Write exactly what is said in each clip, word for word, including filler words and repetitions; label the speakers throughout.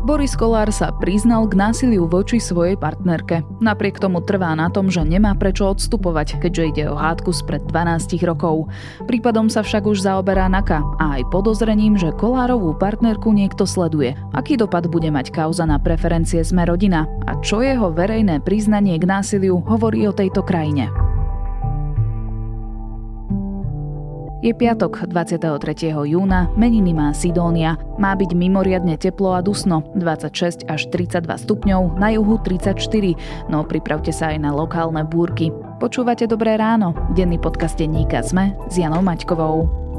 Speaker 1: Boris Kollár sa priznal k násiliu voči svojej partnerke. Napriek tomu trvá na tom, že nemá prečo odstupovať, keďže ide o hádku spred dvanásť rokov. Prípadom sa však už zaoberá NAKA a aj podozrením, že Kollárovú partnerku niekto sleduje. Aký dopad bude mať kauza na preferencie Sme rodina a čo jeho verejné priznanie k násiliu hovorí o tejto krajine? Je piatok, dvadsiateho tretieho júna, meniny má Sidónia. Má byť mimoriadne teplo a dusno, dvadsaťšesť až tridsaťdva stupňov, na juhu tridsaťštyri, no pripravte sa aj na lokálne búrky. Počúvate Dobré ráno, denný podcast denníka Sme s Janou Maťkovou.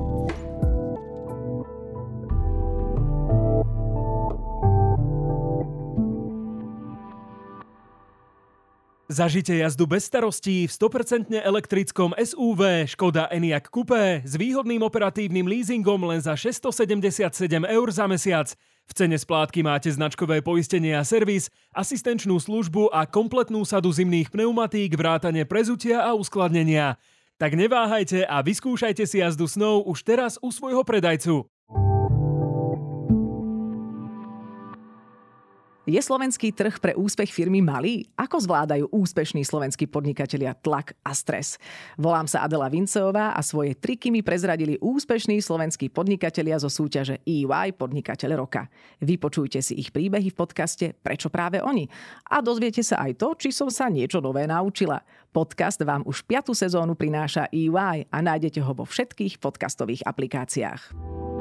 Speaker 2: Zažite jazdu bez starostí v sto percent elektrickom es ú vé Škoda Enyaq Coupé s výhodným operatívnym leasingom len za šesťstosedemdesiatsedem eur za mesiac. V cene splátky máte značkové poistenie a servis, asistenčnú službu a kompletnú sadu zimných pneumatík, vrátane prezutia a uskladnenia. Tak neváhajte a vyskúšajte si jazdu snov už teraz u svojho predajcu.
Speaker 3: Je slovenský trh pre úspech firmy malý? Ako zvládajú úspešní slovenskí podnikatelia tlak a stres? Volám sa Adela Vinceová a svoje triky mi prezradili úspešní slovenskí podnikatelia zo súťaže é vaj Podnikateľ roka. Vypočujte si ich príbehy v podcaste Prečo práve oni? A dozviete sa aj to, či som sa niečo nové naučila. Podcast vám už piatu sezónu prináša é vaj a nájdete ho vo všetkých podcastových aplikáciách.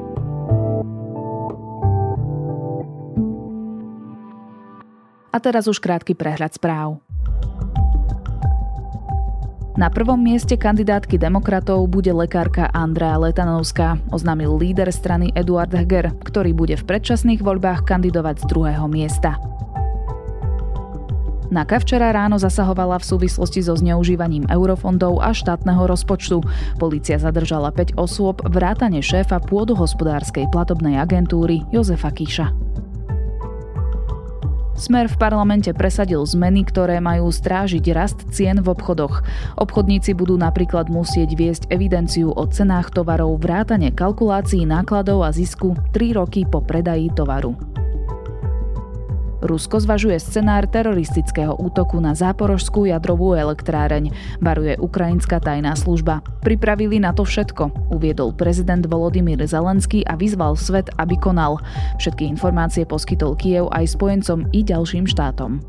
Speaker 1: A teraz už krátky prehľad správ. Na prvom mieste kandidátky demokratov bude lekárka Andrea Letanovská, oznámil líder strany Eduard Heger, ktorý bude v predčasných voľbách kandidovať z druhého miesta. NAKA včera ráno zasahovala v súvislosti so zneužívaním eurofondov a štátneho rozpočtu. Polícia zadržala päť osôb vrátane šéfa pôdohospodárskej platobnej agentúry Jozefa Kiša. Smer v parlamente presadil zmeny, ktoré majú strážiť rast cien v obchodoch. Obchodníci budú napríklad musieť viesť evidenciu o cenách tovarov vrátane kalkulácií nákladov a zisku tri roky po predaji tovaru. Rusko zvažuje scenár teroristického útoku na Záporožskú jadrovú elektráreň, varuje ukrajinská tajná služba. Pripravili na to všetko, uviedol prezident Volodymyr Zelenský a vyzval svet, aby konal. Všetky informácie poskytol Kyjev aj spojencom i ďalším štátom.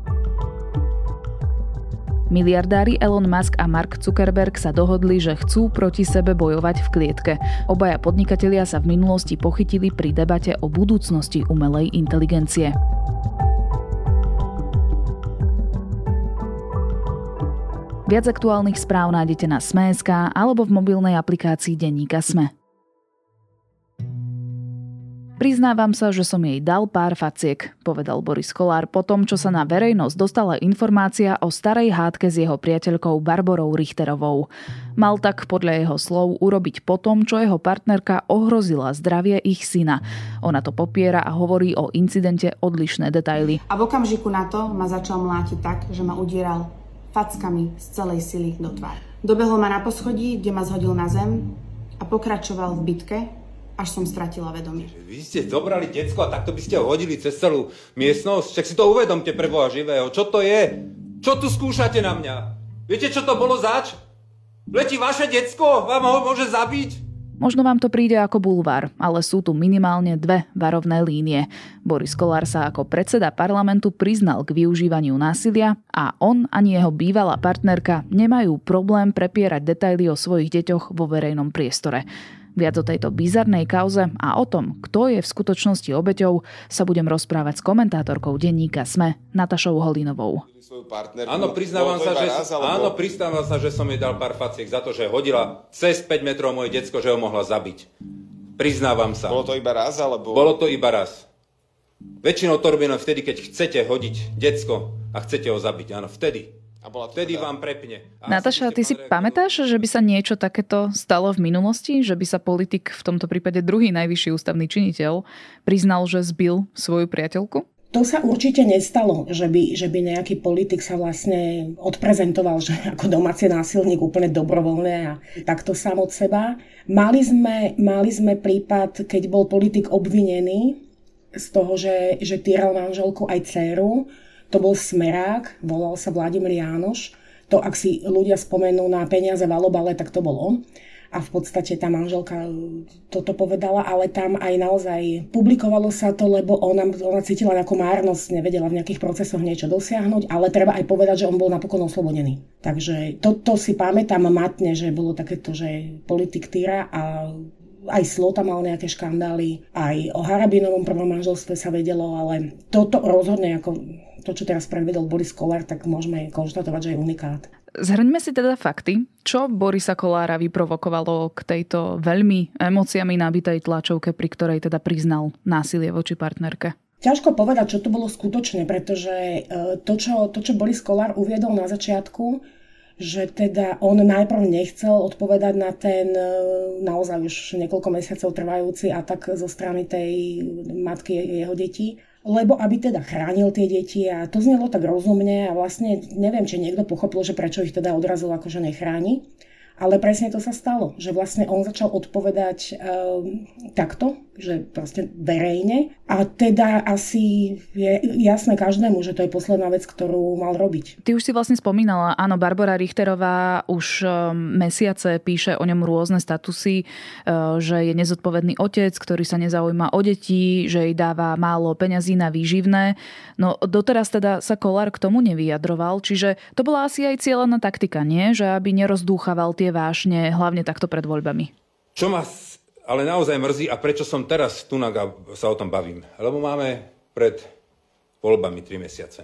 Speaker 1: Miliardári Elon Musk a Mark Zuckerberg sa dohodli, že chcú proti sebe bojovať v klietke. Obaja podnikatelia sa v minulosti pochytili pri debate o budúcnosti umelej inteligencie. Viac aktuálnych správ nájdete na es em e bodka es ká alebo v mobilnej aplikácii denníka Sme. Priznávam sa, že som jej dal pár faciek, povedal Boris Kollár po tom, čo sa na verejnosť dostala informácia o starej hádke s jeho priateľkou Barborou Richterovou. Mal tak podľa jeho slov urobiť po tom, čo jeho partnerka ohrozila zdravie ich syna. Ona to popiera a hovorí o incidente odlišné detaily.
Speaker 4: A v okamžiku na to ma začal mlátiť tak, že ma udieral fackami z celej sily do tváre. Dobehol ma na poschodí, kde ma zhodil na zem a pokračoval v bitke, až som stratila vedomie.
Speaker 5: Vy ste zobrali decko a takto by ste ho hodili cez celú miestnosť? Však si to uvedomte pre Boha živého. Čo to je? Čo tu skúšate na mňa? Viete, čo to bolo zač? Letí vaše decko? Vám ho môže zabiť?
Speaker 1: Možno vám to príde ako bulvár, ale sú tu minimálne dve varovné línie. Boris Kollár sa ako predseda parlamentu priznal k využívaniu násilia a on ani jeho bývalá partnerka nemajú problém prepierať detaily o svojich deťoch vo verejnom priestore. Viac o tejto bizarnej kauze a o tom, kto je v skutočnosti obeťou, sa budem rozprávať s komentátorkou denníka Sme Natašou Holinovou.
Speaker 5: Áno, priznávam sa, že, raz, alebo... áno, priznávam sa, že som jej dal pár faciek za to, že hodila cez päť metrov moje decko, že ho mohla zabiť. Priznávam sa.
Speaker 6: Bolo to iba raz, alebo...
Speaker 5: Bolo to iba raz. Väčšinou to robím vtedy, keď chcete hodiť decko a chcete ho zabiť. Áno, vtedy.
Speaker 6: A bola
Speaker 5: vtedy
Speaker 6: teda...
Speaker 5: vám prepne. A
Speaker 1: Natáša, ty si pamätáš, že by sa niečo takéto stalo v minulosti? Že by sa politik, v tomto prípade druhý najvyšší ústavný činiteľ, priznal, že zbil svoju priateľku?
Speaker 7: To sa určite nestalo, že by, že by nejaký politik sa vlastne odprezentoval, že ako domáci násilník úplne dobrovoľne a takto sám od seba. Mali sme, mali sme prípad, keď bol politik obvinený z toho, že, že týral manželku aj dcéru. To bol smerák, volal sa Vladimír Jánoš. To, ak si ľudia spomenú na peniaze v alobale, tak to bol on. A v podstate tá manželka toto povedala, ale tam aj naozaj publikovalo sa to, lebo ona, ona cítila nejakú márnosť, nevedela v nejakých procesoch niečo dosiahnuť, ale treba aj povedať, že on bol napokon oslobodený. Takže toto si pamätám matne, že bolo takéto, že politik týra a aj Slota mal nejaké škandály, aj o Harabinovom prvom manželstve sa vedelo, ale toto rozhodne ako to, čo teraz predvedol Boris Kollár, tak môžeme konštatovať, že je unikát.
Speaker 1: Zhrňme si teda fakty. Čo Borisa Kollára vyprovokovalo k tejto veľmi emóciami nabitej tlačovke, pri ktorej teda priznal násilie voči partnerke?
Speaker 7: Ťažko povedať, čo to bolo skutočne, pretože to, čo, to, čo Boris Kollár uviedol na začiatku, že teda on najprv nechcel odpovedať na ten naozaj už niekoľko mesiacov trvajúci atak zo strany tej matky jeho detí, lebo aby teda chránil tie deti a to znelo tak rozumne a vlastne neviem, či niekto pochopil, že prečo ich teda odrazil akože nechráni. Ale presne to sa stalo, že vlastne on začal odpovedať um, takto, že proste verejne. A teda asi je jasné každému, že to je posledná vec, ktorú mal robiť.
Speaker 1: Ty už si vlastne spomínala, áno, Barbora Richterová už um, mesiace píše o ňom rôzne statusy, uh, že je nezodpovedný otec, ktorý sa nezaujíma o deti, že jej dáva málo peňazí na výživné. No doteraz teda sa Kollár k tomu nevyjadroval, čiže to bola asi aj cieľená taktika, nie? Že aby nerozdúchaval tie vášne, hlavne takto pred voľbami.
Speaker 5: Čo ma ale naozaj mrzí a prečo som teraz tu sa o tom bavím? Lebo máme pred voľbami tri mesiace.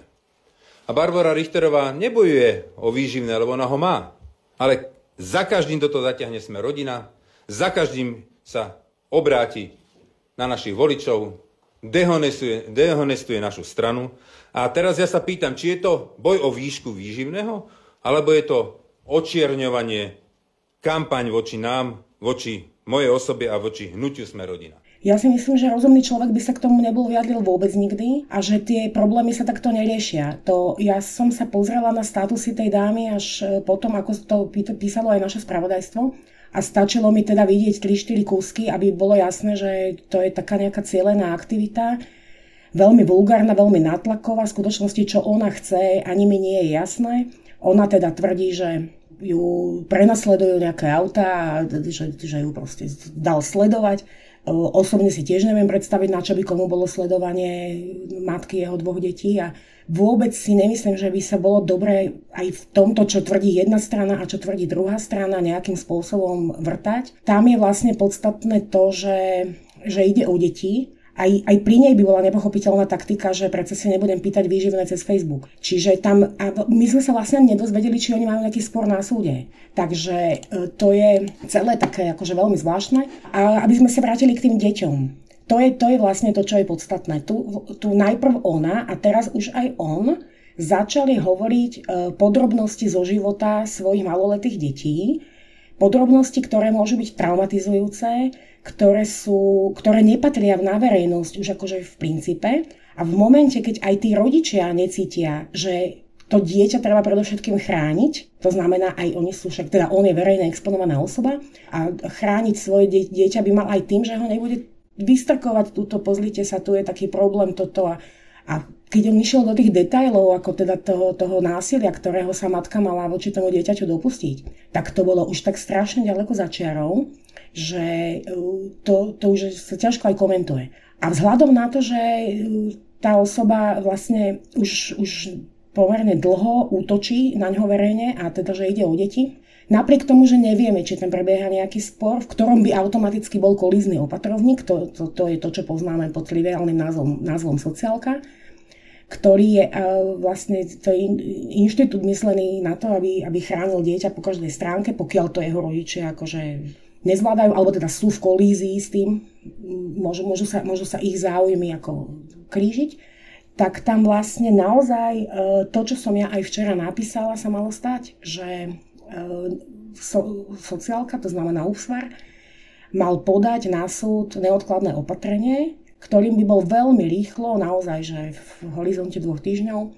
Speaker 5: A Barbora Richterová nebojuje o výživné, lebo ona ho má. Ale za každým toto zatiahne Sme rodina, za každým sa obráti na našich voličov, dehonestuje, dehonestuje našu stranu. A teraz ja sa pýtam, či je to boj o výšku výživného, alebo je to očierňovanie, kampaň voči nám, voči mojej osobe a voči hnutiu Sme rodina.
Speaker 7: Ja si myslím, že rozumný človek by sa k tomu nebol vyjadril vôbec nikdy a že tie problémy sa takto neriešia. To, ja som sa pozrela na statusy tej dámy až potom, ako to písalo aj naše spravodajstvo a stačilo mi teda vidieť tri štyri kúsky, aby bolo jasné, že to je taká nejaká cielená aktivita, veľmi vulgárna, veľmi nátlaková. V skutočnosti, čo ona chce, ani mi nie je jasné. Ona teda tvrdí, že ju prenasledujú nejaké autá a že, že ju proste dal sledovať. Osobne si tiež neviem predstaviť, na čo by komu bolo sledovanie matky jeho dvoch detí a vôbec si nemyslím, že by sa bolo dobré aj v tomto, čo tvrdí jedna strana a čo tvrdí druhá strana, nejakým spôsobom vrtať. Tam je vlastne podstatné to, že, že ide o deti. Aj, aj pri nej by bola nepochopiteľná taktika, že predsa si nebudem pýtať výživné cez Facebook. Čiže tam, a my sme sa vlastne nedozvedeli, či oni majú nejaký spor na súde. Takže to je celé také akože veľmi zvláštne. A aby sme sa vrátili k tým deťom. To je, to je vlastne to, čo je podstatné. Tu, tu najprv ona a teraz už aj on začali hovoriť podrobnosti zo života svojich maloletých detí. Podrobnosti, ktoré môžu byť traumatizujúce, ktoré, sú, ktoré nepatria na verejnosť už akože v princípe. A v momente, keď aj tí rodičia necítia, že to dieťa treba predovšetkým chrániť, to znamená aj oni sú však, teda on je verejne exponovaná osoba a chrániť svoje dieťa by mal aj tým, že ho nebude vystrkovať túto, pozrite sa, tu je taký problém toto a, a keď on išiel do tých detailov, ako teda toho, toho násilia, ktorého sa matka mala voči tomu dieťaťu dopustiť, tak to bolo už tak strašne ďaleko za čiarou, že to, to už sa ťažko aj komentuje. A vzhľadom na to, že tá osoba vlastne už, už pomerne dlho útočí na ňo verejne a teda, že ide o deti, napriek tomu, že nevieme, či tam prebieha nejaký spor, v ktorom by automaticky bol kolízny opatrovník, to, to, to je to, čo poznáme pod triviálnym názvom, názvom sociálka, ktorý je vlastne to je inštitút myslený na to, aby, aby chránil dieťa po každej stránke, pokiaľ to jeho rodičia akože nezvládajú, alebo teda sú v kolízii s tým, môžu, môžu, sa, môžu sa ich záujmy ako krížiť, tak tam vlastne naozaj to, čo som ja aj včera napísala, sa malo stať, že so, sociálka, to znamená úsvar, mal podať na súd neodkladné opatrenie, ktorým by bol veľmi rýchlo, naozaj, že v horizonte dvoch týždňov,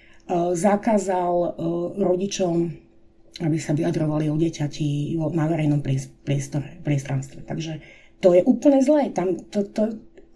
Speaker 7: zakázal rodičom, aby sa vyjadrovali o dieťati na verejnom priestore, priestranstve. Takže to je úplne zlé. Tam to, to,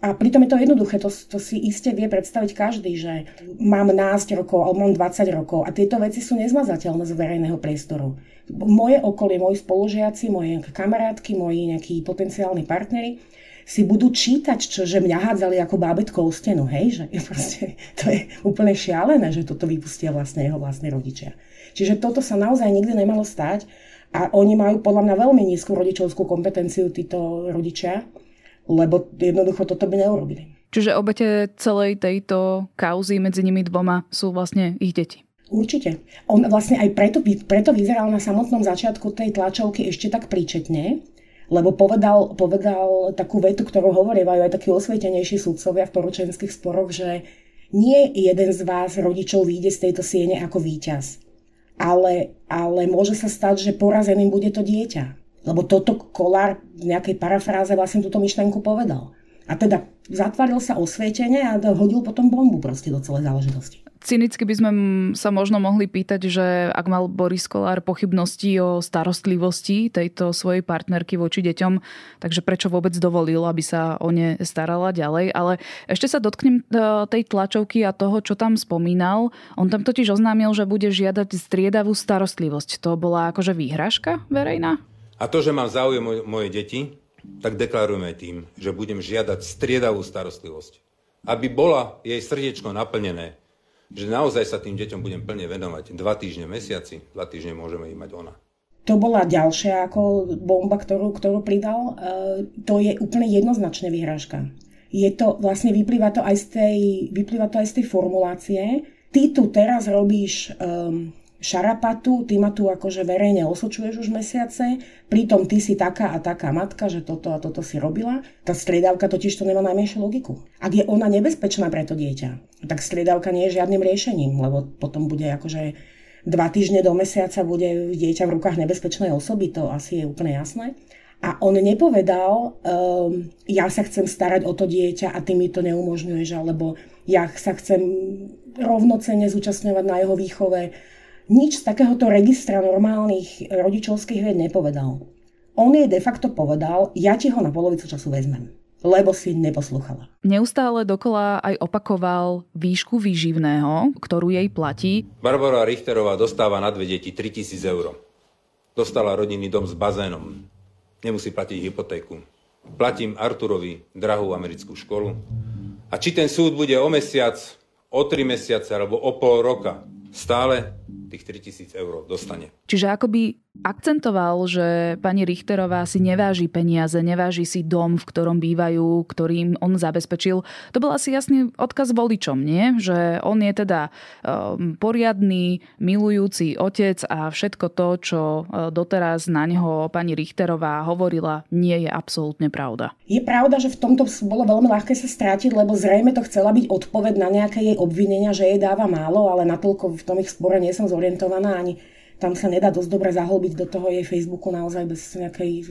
Speaker 7: A pritom je to jednoduché, to, to si iste vie predstaviť každý, že mám násť rokov alebo mám dvadsať rokov a tieto veci sú nezmazateľné z verejného priestoru. Moje okolie, moji spolužiaci, moje kamarátky, moji nejakí potenciálni partneri si budú čítať, čo, že mňa hádzali ako bábätko o stenu, hej, že proste, to je úplne šialené, že toto vypustia vlastne jeho vlastní rodičia. Čiže toto sa naozaj nikdy nemalo stať a oni majú podľa mňa veľmi nízku rodičovskú kompetenciu, títo rodičia, lebo jednoducho toto by neurobili.
Speaker 1: Čiže obete celej tejto kauzy medzi nimi dvoma sú vlastne ich deti.
Speaker 7: Určite. On vlastne aj preto, preto vyzeral na samotnom začiatku tej tlačovky ešte tak príčetne, lebo povedal, povedal takú vetu, ktorú hovorievajú aj takí osvietenejší sudcovia v poručenských sporoch, že nie jeden z vás rodičov vyjde z tejto siene ako víťaz, ale, ale môže sa stať, že porazeným bude to dieťa. Lebo toto Kollár v nejakej parafráze vlastne túto myšlenku povedal. A teda zatvaril sa osvietene a hodil potom bombu proste do celej záležitosti.
Speaker 1: Cynicky by sme sa možno mohli pýtať, že ak mal Boris Kollár pochybnosti o starostlivosti tejto svojej partnerky voči deťom, takže prečo vôbec dovolil, aby sa o ne starala ďalej. Ale ešte sa dotknem tej tlačovky a toho, čo tam spomínal. On tam totiž oznámil, že bude žiadať striedavú starostlivosť. To bola akože výhražka verejná?
Speaker 5: A to, že mám záujem o moje deti, tak deklarujeme tým, že budem žiadať striedavú starostlivosť. Aby bola jej srdiečko naplnené, že naozaj sa tým deťom budem plne venovať. Dva týždne, mesiaci, dva týždne môžeme ich mať ona.
Speaker 7: To bola ďalšia ako bomba, ktorú, ktorú pridal. E, to je úplne jednoznačne výhražka. Je to, vlastne vyplýva to aj z tej, vyplýva to aj z tej formulácie. Ty tu teraz robíš um, šarapatu, ty ma tu akože verejne osočuješ už mesiace, pritom ty si taká a taká matka, že toto a toto si robila. Tá striedavka totiž to nemá najmenšiu logiku. Ak je ona nebezpečná pre to dieťa, tak striedavka nie je žiadnym riešením, lebo potom bude akože dva týždne do mesiaca bude dieťa v rukách nebezpečnej osoby, to asi je úplne jasné. A on nepovedal, um, ja sa chcem starať o to dieťa a ty mi to neumožňuješ, alebo ja sa chcem rovnocenne zúčastňovať na jeho výchove. Nič z takéhoto registra normálnych rodičovských vied nepovedal. On jej de facto povedal, ja ti ho na polovicu času vezmem, lebo si neposlúchala.
Speaker 1: Neustále dokola aj opakoval výšku výživného, ktorú jej platí.
Speaker 5: Barbara Richterová dostáva na dve deti tritisíc eur. Dostala rodinný dom s bazénom. Nemusí platiť hypotéku. Platím Arturovi drahú americkú školu. A či ten súd bude o mesiac, o tri mesiace alebo o pol roka, stále tých tritisíc eur dostane.
Speaker 1: Čiže akoby akcentoval, že pani Richterová si neváži peniaze, neváži si dom, v ktorom bývajú, ktorým on zabezpečil. To bol asi jasný odkaz voličom, nie? Že on je teda um, poriadny, milujúci otec a všetko to, čo doteraz na neho pani Richterová hovorila, nie je absolútne pravda. Je
Speaker 7: pravda, že v tomto bolo veľmi ľahké sa strátiť, lebo zrejme to chcela byť odpoveď na nejaké jej obvinenia, že jej dáva málo, ale natoľko v tom ich spore nie som zorientovaná, ani tam sa nedá dosť dobre zahlbiť do toho jej Facebooku naozaj bez nejakej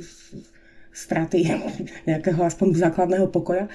Speaker 7: straty, nejakého aspoň základného pokoja.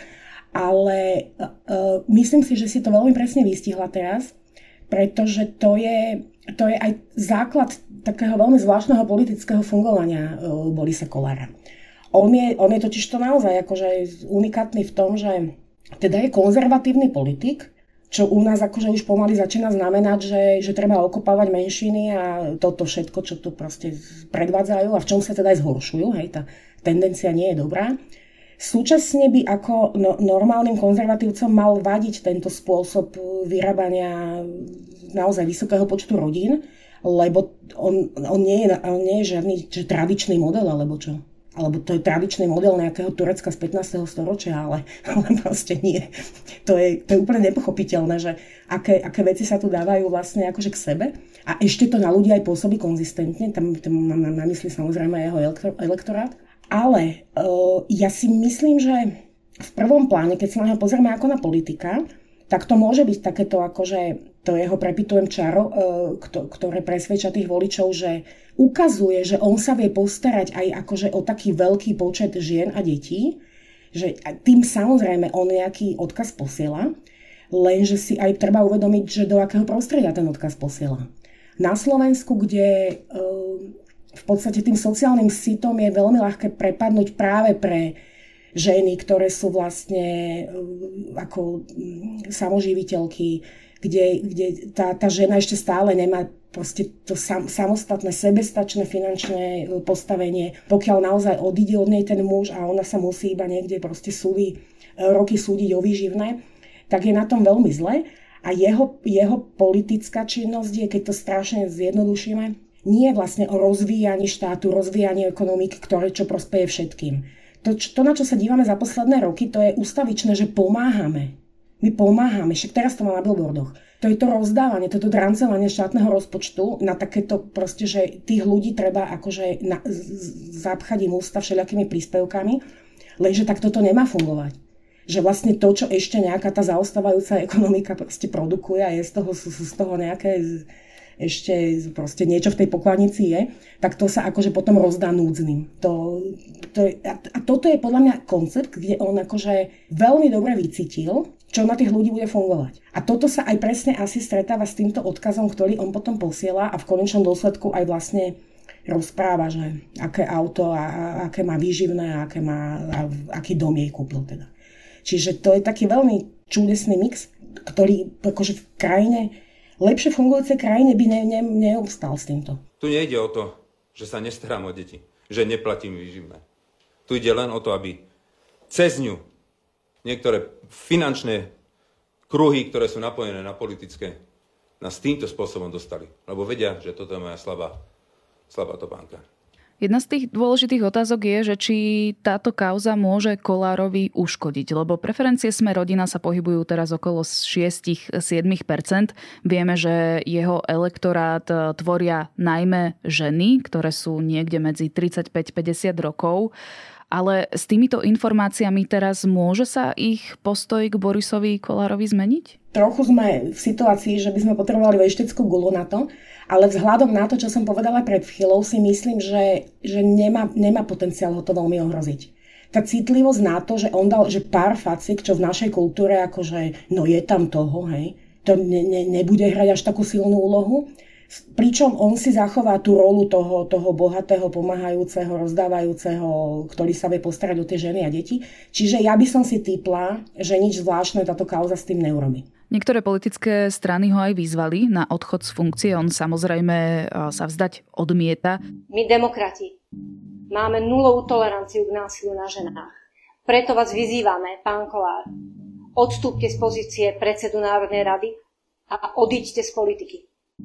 Speaker 7: Ale uh, myslím si, že si to veľmi presne vystihla teraz, pretože to je, to je aj základ takého veľmi zvláštneho politického fungovania uh, Borisa Kollára. On je, on je totiž to naozaj akože unikátny v tom, že teda je konzervatívny politik, čo u nás akože už pomaly začína znamenať, že, že treba okopávať menšiny a toto všetko, čo tu proste predvádzajú a v čom sa teda aj zhoršujú, hej, tá tendencia nie je dobrá. Súčasne by ako no, normálnym konzervatívcom mal vadiť tento spôsob vyrábania naozaj vysokého počtu rodín, lebo on, on, nie, je, on nie je žiadny že tradičný model, alebo čo? Alebo to je tradičný model nejakého Turecka z pätnásteho storočia, ale, ale proste nie. To je, to je úplne nepochopiteľné, že aké, aké veci sa tu dávajú vlastne akože k sebe. A ešte to na ľudí aj pôsobí konzistentne, tam, tam mám na mysli samozrejme jeho elektorát. Ale uh, ja si myslím, že v prvom pláne, keď sa na neho pozrieme ako na politika, tak to môže byť takéto akože to jeho prepitujem čaro, ktoré presvedča tých voličov, že ukazuje, že on sa vie postarať aj akože o taký veľký počet žien a detí, že tým samozrejme on nejaký odkaz posiela, lenže si aj treba uvedomiť, že do akého prostredia ten odkaz posiela. Na Slovensku, kde v podstate tým sociálnym sitom je veľmi ľahké prepadnúť práve pre ženy, ktoré sú vlastne ako samoživiteľky, kde, kde tá, tá žena ešte stále nemá proste to sam, samostatné, sebestačné finančné postavenie. Pokiaľ naozaj odíde od nej ten muž a ona sa musí iba niekde proste súdi, roky súdiť o výživné, tak je na tom veľmi zle. A jeho, jeho politická činnosť je, keď to strašne zjednodušíme, nie je vlastne o rozvíjaní štátu, rozvíjaní ekonomiky, ktoré čo prospeje všetkým. To, to, na čo sa dívame za posledné roky, to je ustavičné, že pomáhame. My pomáhame, však teraz to má na billboardoch. To je to rozdávanie, toto drancovanie štátneho rozpočtu na takéto proste, že tých ľudí treba akože na, zapchať im ústa všelijakými príspevkami, lenže tak toto nemá fungovať. Že vlastne to, čo ešte nejaká tá zaostávajúca ekonomika proste produkuje a je z toho, sú z toho nejaké ešte proste niečo v tej pokladnici je, tak to sa akože potom rozdá núdznym. To, to je, a toto je podľa mňa koncept, kde on akože veľmi dobre vycítil, čo na tých ľudí bude fungovať. A toto sa aj presne asi stretáva s týmto odkazom, ktorý on potom posiela a v konečnom dôsledku aj vlastne rozpráva, že aké auto a, a aké má výživné a, aké má, a aký dom jej kúpil teda. Čiže to je taký veľmi čudesný mix, ktorý akože v krajine, lepšie fungujúcej krajine by ne, ne, neobstal s týmto.
Speaker 5: Tu nejde o to, že sa nestarám o deti, že neplatím výživné. Tu ide len o to, aby cez ňu niektoré finančné kruhy, ktoré sú napojené na politické, nás týmto spôsobom dostali. Lebo vedia, že toto je moja slabá, slabá topánka.
Speaker 1: Jedna z tých dôležitých otázok je, že či táto kauza môže Kollárovi uškodiť, lebo preferencie Sme rodina sa pohybujú teraz okolo šesť až sedem percent. Vieme, že jeho elektorát tvoria najmä ženy, ktoré sú niekde medzi tridsaťpäť až päťdesiat rokov. Ale s týmito informáciami teraz môže sa ich postoj k Borisovi Kollárovi zmeniť?
Speaker 7: Trochu sme v situácii, že by sme potrebovali vejšteckú gulu na to, ale vzhľadom na to, čo som povedala pred chvíľou, si myslím, že, že nemá, nemá potenciál ho to veľmi ohroziť. Tá citlivosť na to, že on dal, že pár facík, čo v našej kultúre akože, no je tam toho, hej, to ne, ne, nebude hrať až takú silnú úlohu. Pričom on si zachová tú rolu toho, toho bohatého, pomáhajúceho, rozdávajúceho, ktorý sa vie postarať o tie ženy a deti. Čiže ja by som si tipla, že nič zvláštne táto kauza s tým neurobí.
Speaker 1: Niektoré politické strany ho aj vyzvali na odchod z funkcie. On samozrejme sa vzdať odmieta.
Speaker 6: My demokrati máme nulovú toleranciu k násiliu na ženách. Preto vás vyzývame, pán Kollár, odstúpte z pozície predsedu Národnej rady a odíďte z politiky.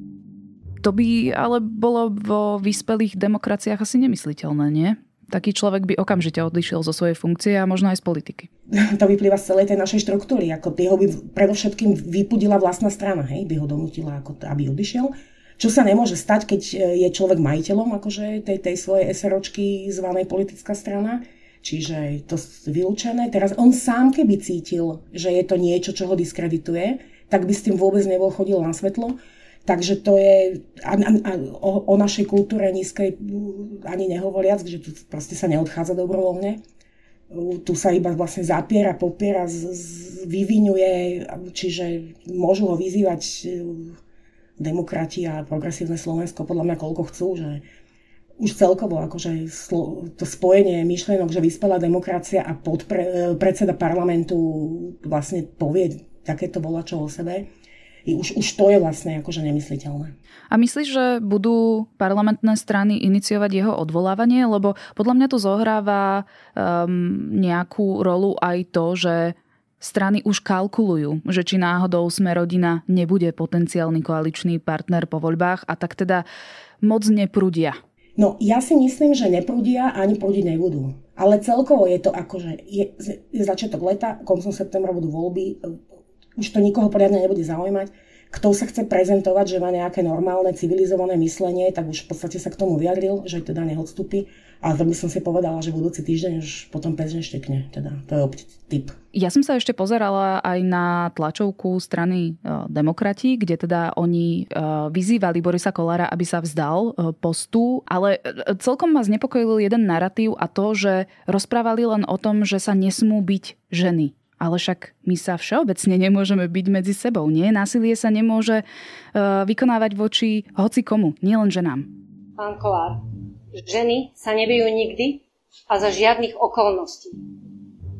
Speaker 1: To by ale bolo vo vyspelých demokraciách asi nemysliteľné, nie? Taký človek by okamžite odišiel zo svojej funkcie a možno aj z politiky.
Speaker 7: To vyplýva z celej tej našej štruktúry. Ako jeho by predovšetkým vypudila vlastná strana, hej? By ho donútila, ako to, aby odišiel. Čo sa nemôže stať, keď je človek majiteľom akože tej, tej svojej SROčky zvanej politická strana. Čiže to vylúčené. Teraz on sám keby cítil, že je to niečo, čo ho diskredituje, tak by s tým vôbec nebol chodil na svetlo. Takže to je a, a, a, o, o našej kultúre nízkej ani nehovoriac, že tu proste sa neodchádza dobrovoľne. Tu sa iba vlastne zapiera, popiera, z, z, vyvinuje, čiže môžu ho vyzývať demokrati a progresívne Slovensko podľa mňa koľko chcú, že už celkovo akože to spojenie myšlienok, že vyspelá demokracia a podpre, predseda parlamentu vlastne povie takéto volačo o sebe. I už, už to je vlastne akože nemysliteľné.
Speaker 1: A myslíš, že budú parlamentné strany iniciovať jeho odvolávanie? Lebo podľa mňa tu zohráva um, nejakú rolu aj to, že strany už kalkulujú, že či náhodou Sme rodina nebude potenciálny koaličný partner po voľbách a tak teda moc neprúdia.
Speaker 7: No ja si myslím, že neprúdia ani prúdiť nebudú. Ale celkovo je to akože je, je začiatok leta, koncom septembra budú voľby. Už to nikoho poriadne nebude zaujímať. Kto sa chce prezentovať, že má nejaké normálne, civilizované myslenie, tak už v podstate sa k tomu vyjadril, že teda neodstúpi. Ale to by som si povedala, že budúci týždeň už potom pes neštekne. Teda to je opäť tip.
Speaker 1: Ja som sa ešte pozerala aj na tlačovku strany uh, Demokrati, kde teda oni uh, vyzývali Borisa Kollára, aby sa vzdal uh, postu, ale uh, celkom ma znepokojil jeden narratív a to, že rozprávali len o tom, že sa nesmú byť ženy. Ale však my sa všeobecne nemôžeme byť medzi sebou, nie? Násilie sa nemôže uh, vykonávať voči hoci komu, nielen ženám.
Speaker 6: Pán Kollár, ženy sa nebijú nikdy a za žiadnych okolností.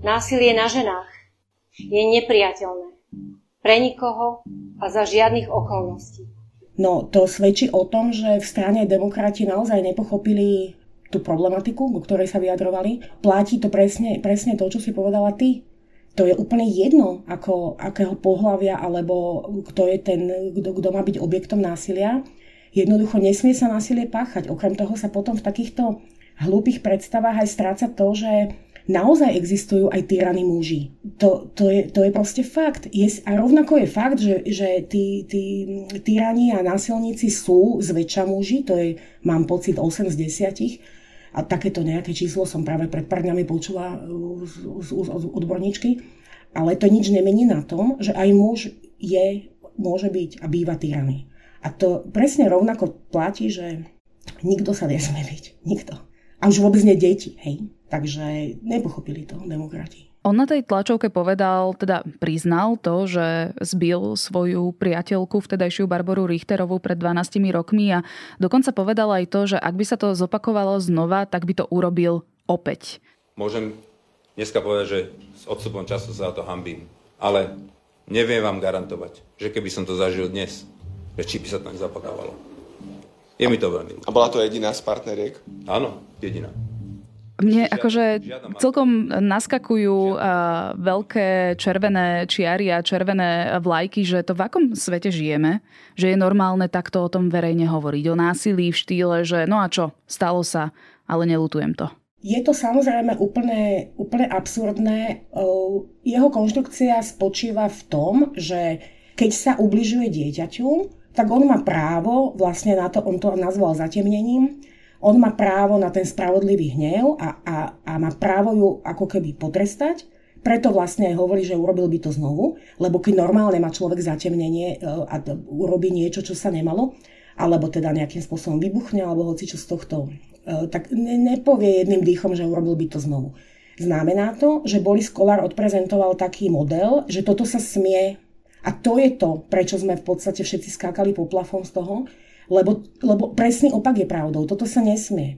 Speaker 6: Násilie na ženách je nepriateľné pre nikoho a za žiadnych okolností.
Speaker 7: No, to svedčí o tom, že v strane demokrati naozaj nepochopili tú problematiku, o ktorej sa vyjadrovali. Platí to presne, presne to, čo si povedala ty. To je úplne jedno, ako, akého pohlavia alebo kto je ten, kto, kto má byť objektom násilia. Jednoducho nesmie sa násilie páchať. Okrem toho sa potom v takýchto hlúpych predstavách aj stráca to, že naozaj existujú aj tyraní muži. To, to, je, to je proste fakt. Je, a rovnako je fakt, že, že tí, tí tyrani a násilníci sú zväčša muži, to je, mám pocit, osem z desiatich. A takéto nejaké číslo som práve pred pár dňami počula z, z, z odborníčky. Ale to nič nemení na tom, že aj muž je, môže byť a býva tyraný. A to presne rovnako platí, že nikto sa nesmie byť. Nikto. A už vôbec nie deti, hej. Takže nepochopili to demokrati.
Speaker 1: On na tej tlačovke povedal, teda priznal to, že zbil svoju priateľku, vtedajšiu Barboru Richterovú pred dvanástimi rokmi a dokonca povedal aj to, že ak by sa to zopakovalo znova, tak by to urobil opäť.
Speaker 5: Môžem dneska povedať, že s odstupom času sa to hanbím, ale neviem vám garantovať, že keby som to zažil dnes, že či by sa to nezopakovalo. Je mi to veľmi ľúto.
Speaker 8: A bola to jediná z partneriek?
Speaker 5: Áno, jediná.
Speaker 1: Mne akože celkom naskakujú uh, veľké červené čiary a červené vlajky, že to v akom svete žijeme, že je normálne takto o tom verejne hovoriť, o násilí v štýle, že no a čo, stalo sa, ale neľutujem to.
Speaker 7: Je to samozrejme úplne, úplne absurdné. Jeho konštrukcia spočíva v tom, že keď sa ubližuje dieťaťu, tak on má právo, vlastne na to, on to nazval zatemnením, on má právo na ten spravodlivý hnev a, a, a má právo ju ako keby potrestať. Preto vlastne aj hovorí, že urobil by to znovu, lebo keď normálne má človek zatemnenie a urobí niečo, čo sa nemalo, alebo teda nejakým spôsobom vybuchne, alebo hocičo z tohto, tak ne, nepovie jedným dýchom, že urobil by to znovu. Znamená to, že Boris Kollár odprezentoval taký model, že toto sa smie. A to je to, prečo sme v podstate všetci skákali poplafom z toho, Lebo, lebo presný opak je pravdou. Toto sa nesmie.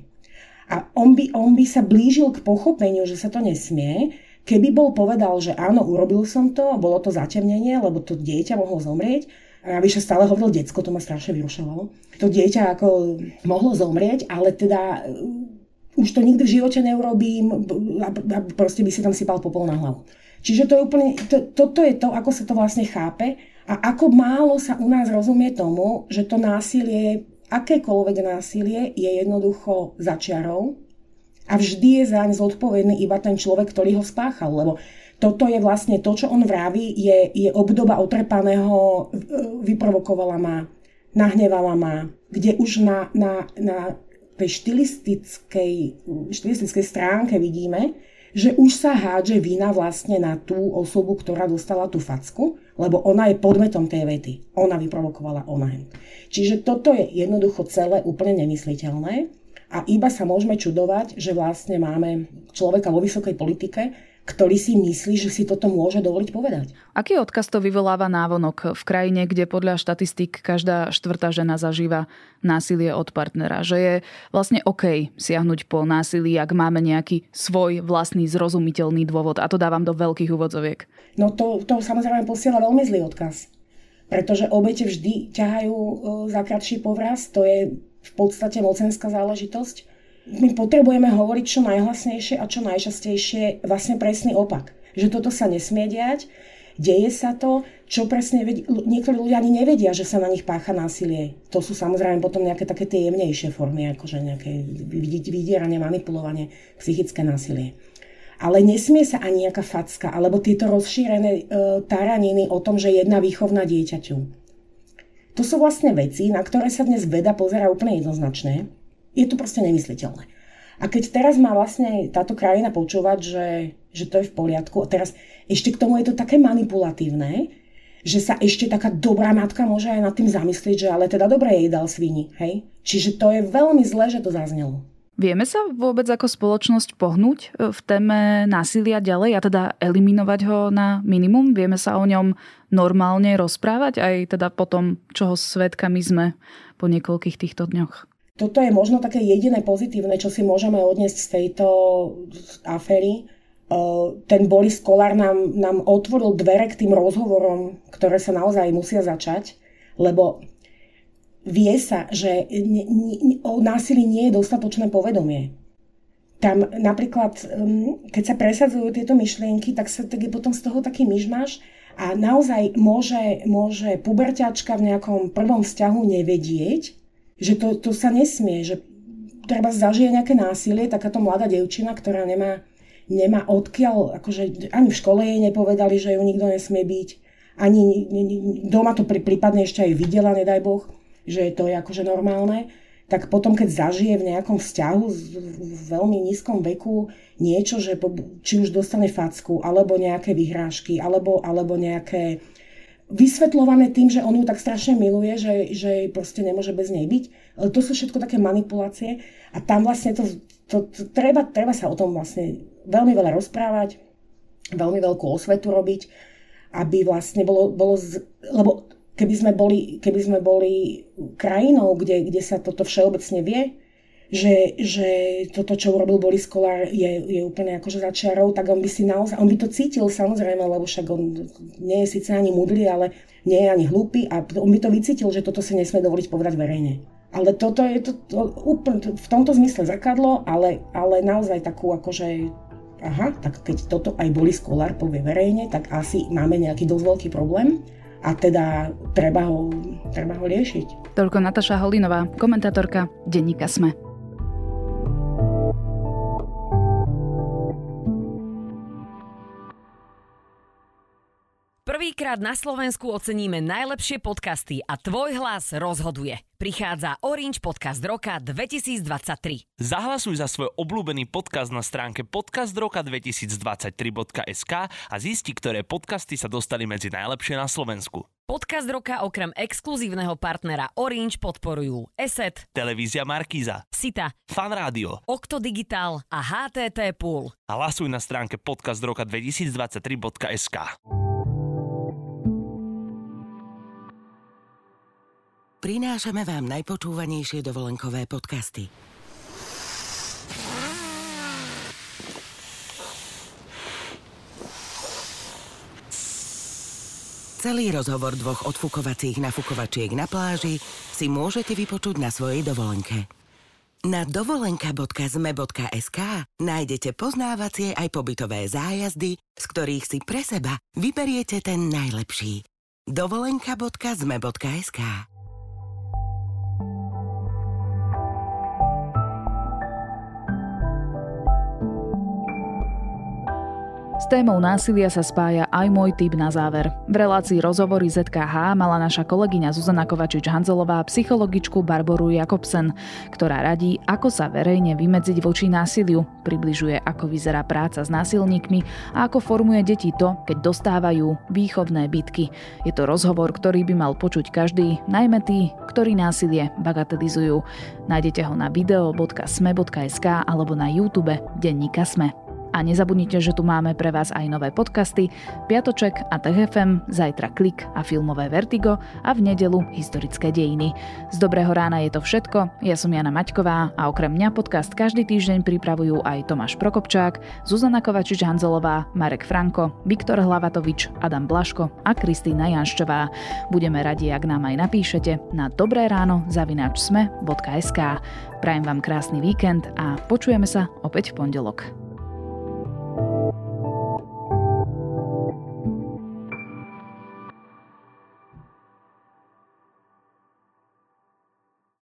Speaker 7: A on by, on by sa blížil k pochopeniu, že sa to nesmie, keby bol povedal, že áno, urobil som to, bolo to zatemnenie, lebo to dieťa mohlo zomrieť. A ja vyše stále hovoril decko, to ma strašne vyrušovalo. To dieťa ako mohlo zomrieť, ale teda už to nikdy v živote neurobím a, a proste by si tam sypal popol na hlavu. Čiže to je úplne, to, toto je to, ako sa to vlastne chápe. A ako málo sa u nás rozumie tomu, že to násilie, akékoľvek násilie, je jednoducho za čiarou a vždy je zaň zodpovedný iba ten človek, ktorý ho spáchal. Lebo toto je vlastne to, čo on vraví, je, je obdoba otrpaného, vyprovokovala ma, nahnevala ma, kde už na, na, na tej štilistickej, štilistickej stránke vidíme, že už sa hádže vina vlastne na tú osobu, ktorá dostala tú facku, lebo ona je podmetom tej vety. Ona vyprovokovala ona. Čiže toto je jednoducho celé úplne nemysliteľné a iba sa môžeme čudovať, že vlastne máme človeka vo vysokej politike, ktorý si myslí, že si toto môže dovoliť povedať.
Speaker 1: Aký odkaz to vyvoláva návonok v krajine, kde podľa štatistík každá štvrtá žena zažíva násilie od partnera? Že je vlastne OK siahnuť po násilí, ak máme nejaký svoj vlastný zrozumiteľný dôvod. A to dávam do veľkých úvodzoviek.
Speaker 7: No to, to samozrejme posiela veľmi zlý odkaz. Pretože obete vždy ťahajú za kratší povraz. To je v podstate mocenská záležitosť. My potrebujeme hovoriť čo najhlasnejšie a čo najčastejšie vlastne presný opak. Že toto sa nesmie diať, deje sa to, čo presne, niektorí ľudia ani nevedia, že sa na nich pácha násilie. To sú samozrejme potom nejaké také tie jemnejšie formy, akože nejaké vydieranie, manipulovanie, psychické násilie. Ale nesmie sa ani nejaká facka, alebo tieto rozšírené e, taraniny o tom, že jedna výchovná dieťaťu. To sú vlastne veci, na ktoré sa dnes veda pozerá úplne jednoznačne. Je to proste nemysliteľné. A keď teraz má vlastne táto krajina počúvať, že, že to je v poriadku, a teraz ešte k tomu je to také manipulatívne, že sa ešte taká dobrá matka môže aj nad tým zamyslieť, že ale teda dobre jej dal svini, hej? Čiže to je veľmi zlé, že to zaznelo.
Speaker 1: Vieme sa vôbec ako spoločnosť pohnúť v téme násilia ďalej a teda eliminovať ho na minimum? Vieme sa o ňom normálne rozprávať aj teda po tom, čoho svedkami sme po niekoľkých týchto dňoch?
Speaker 7: Toto je možno také jediné pozitívne, čo si môžeme odniesť z tejto aféry, ten Boris Kollár nám, nám otvoril dvere k tým rozhovorom, ktoré sa naozaj musia začať, lebo vie sa, že ne, ne, o násilí nie je dostatočné povedomie. Tam napríklad, keď sa presadzujú tieto myšlienky, tak, sa, tak je potom z toho taký myšmaš a naozaj môže, môže puberťačka v nejakom prvom vzťahu nevedieť, že to, to sa nesmie, že treba zažije nejaké násilie, takáto mladá dievčina, ktorá nemá nemá odkiaľ, akože ani v škole jej nepovedali, že ju nikto nesmie byť, ani doma to prípadne ešte aj videla, nedaj Boh, že to je akože normálne, tak potom, keď zažije v nejakom vzťahu v veľmi nízkom veku niečo, že či už dostane facku, alebo nejaké vyhrážky, alebo, alebo nejaké vysvetľované tým, že on ju tak strašne miluje, že, že proste nemôže bez nej byť. Ale to sú všetko také manipulácie a tam vlastne to, to, to treba, treba sa o tom vlastne veľmi veľa rozprávať, veľmi veľkú osvetu robiť, aby vlastne bolo, bolo z, lebo keby sme boli, keby sme boli krajinou, kde, kde sa toto všeobecne vie, že, že toto, čo urobil Boris Kollár, je, je úplne akože za čiarou, tak on by si naozaj, on by to cítil samozrejme, lebo však on nie je síce ani múdry, ale nie je ani hlúpy a on by to vycítil, že toto si nesmie dovoliť povedať verejne. Ale toto je to, to úplne v tomto zmysle zrkadlo, ale, ale naozaj takú akože aha, tak keď toto aj Boris Kollár povie verejne, tak asi máme nejaký dosť veľký problém a teda treba ho, treba ho riešiť.
Speaker 1: Toľko Nataša Holinová, komentátorka denníka SME.
Speaker 8: Prvýkrát na Slovensku oceníme najlepšie podcasty a tvoj hlas rozhoduje. Prichádza Orange Podcast roka dvetisícdvadsaťtri.
Speaker 9: Zahlasuj za svoj obľúbený podcast na stránke podcast roka dvetisícdvadsaťtri bodka es ká a zisti, ktoré podcasty sa dostali medzi najlepšie na Slovensku.
Speaker 8: Podcast roka okrem exkluzívneho partnera Orange podporujú ESET,
Speaker 9: Televízia Markíza,
Speaker 8: Sita,
Speaker 9: Fan Rádio,
Speaker 8: Okto Digital a há té té Pool.
Speaker 9: Hlasuj na stránke podcast roka dvetisícdvadsaťtri bodka es ká.
Speaker 10: Prinášame vám najpočúvanejšie dovolenkové podcasty. Celý rozhovor dvoch odfukovacích nafukovačiek na pláži si môžete vypočuť na svojej dovolenke. Na dovolenka bodka zme bodka es ká nájdete poznávacie aj pobytové zájazdy, z ktorých si pre seba vyberiete ten najlepší. dovolenka bodka zme bodka es ká
Speaker 1: S témou násilia sa spája aj môj tip na záver. V relácii Rozhovory zet ká há mala naša kolegyňa Zuzana Kovačič-Hanzelová psychologičku Barboru Jakobsen, ktorá radí, ako sa verejne vymedziť voči násiliu, približuje, ako vyzerá práca s násilníkmi a ako formuje deti to, keď dostávajú výchovné bitky. Je to rozhovor, ktorý by mal počuť každý, najmä tí, ktorí násilie bagatelizujú. Nájdete ho na video bodka sme bodka es ká alebo na YouTube denníka SME. A nezabudnite, že tu máme pre vás aj nové podcasty Piatoček a Tech ef em, zajtra Klik a filmové Vertigo a v nedeľu Historické dejiny. Z dobrého rána je to všetko, ja som Jana Maťková a okrem mňa podcast každý týždeň pripravujú aj Tomáš Prokopčák, Zuzana Kovačič-Hanzelová, Marek Franko, Viktor Hlavatovič, Adam Blaško a Kristýna Janščová. Budeme radi, ak nám aj napíšete na dobré ráno zavináč sme bodka es ká. Prajem vám krásny víkend a počujeme sa opäť v pondelok.